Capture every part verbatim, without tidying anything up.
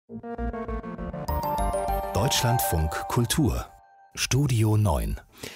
Deutschlandfunk Kultur Studio neun.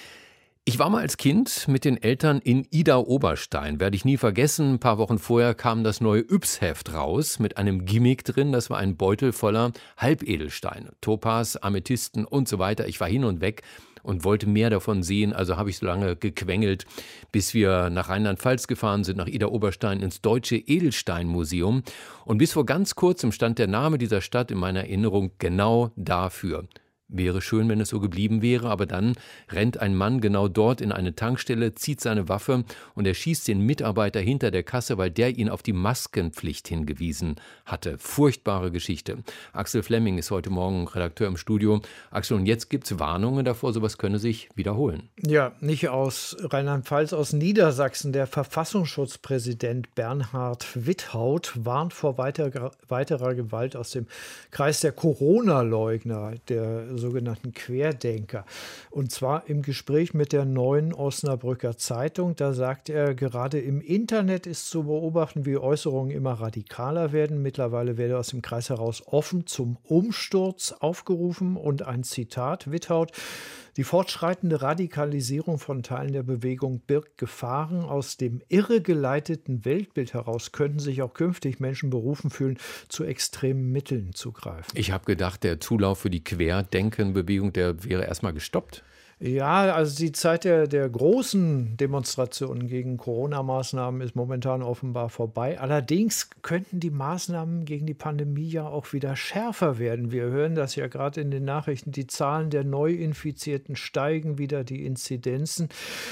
Ich war mal als Kind mit den Eltern in Idar-Oberstein. Werde ich nie vergessen. Ein paar Wochen vorher kam das neue Yps-Heft raus mit einem Gimmick drin. Das war ein Beutel voller Halbedelsteine. Topaz, Amethysten und so weiter. Ich war hin und weg und wollte mehr davon sehen. Also habe ich so lange gequengelt, bis wir nach Rheinland-Pfalz gefahren sind, nach Idar-Oberstein ins Deutsche Edelsteinmuseum. Und bis vor ganz kurzem stand der Name dieser Stadt in meiner Erinnerung genau dafür. Wäre schön, wenn es so geblieben wäre, aber dann rennt ein Mann genau dort in eine Tankstelle, zieht seine Waffe und er schießt den Mitarbeiter hinter der Kasse, weil der ihn auf die Maskenpflicht hingewiesen hatte. Furchtbare Geschichte. Axel Flemming ist heute Morgen Redakteur im Studio. Axel, und jetzt gibt es Warnungen davor, sowas könne sich wiederholen. Ja, nicht aus Rheinland-Pfalz, aus Niedersachsen. Der Verfassungsschutzpräsident Bernhard Witthaut warnt vor weiter, weiterer Gewalt aus dem Kreis der Corona-Leugner, der sogenannten Querdenker. Und zwar im Gespräch mit der Neuen Osnabrücker Zeitung. Da sagt er, gerade im Internet ist zu beobachten, wie Äußerungen immer radikaler werden. Mittlerweile werde aus dem Kreis heraus offen zum Umsturz aufgerufen. Und ein Zitat Witthaut: Die fortschreitende Radikalisierung von Teilen der Bewegung birgt Gefahren. Aus dem irregeleiteten Weltbild heraus könnten sich auch künftig Menschen berufen fühlen, zu extremen Mitteln zu greifen. Ich habe gedacht, der Zulauf für die Querdenkenbewegung, der wäre erstmal gestoppt. Ja, also die Zeit der, der großen Demonstrationen gegen Corona-Maßnahmen ist momentan offenbar vorbei. Allerdings könnten die Maßnahmen gegen die Pandemie ja auch wieder schärfer werden. Wir hören das ja gerade in den Nachrichten. Die Zahlen der Neuinfizierten steigen wieder, die Inzidenzen.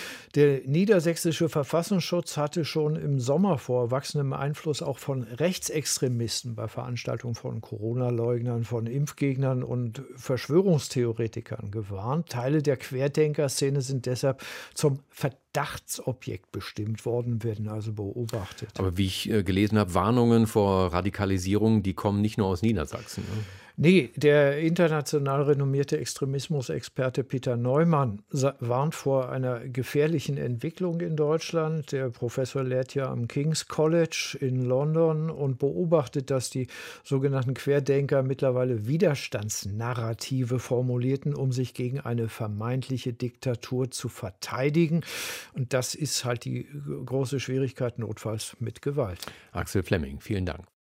Der niedersächsische Verfassungsschutz hatte schon im Sommer vor wachsendem Einfluss auch von Rechtsextremisten bei Veranstaltungen von Corona-Leugnern, von Impfgegnern und Verschwörungstheoretikern gewarnt. Teile der Querdenker-Szene sind deshalb zum Verdachtsobjekt bestimmt worden, werden also beobachtet. Aber wie ich äh, gelesen habe, Warnungen vor Radikalisierung, die kommen nicht nur aus Niedersachsen. Ne? Nee, der international renommierte Extremismusexperte Peter Neumann warnt vor einer gefährlichen Entwicklung in Deutschland. Der Professor lehrt ja am King's College in London und beobachtet, dass die sogenannten Querdenker mittlerweile Widerstandsnarrative formulierten, um sich gegen eine vermeintliche Diktatur zu verteidigen. Und das ist halt die große Schwierigkeit, notfalls mit Gewalt. Axel Flemming, vielen Dank.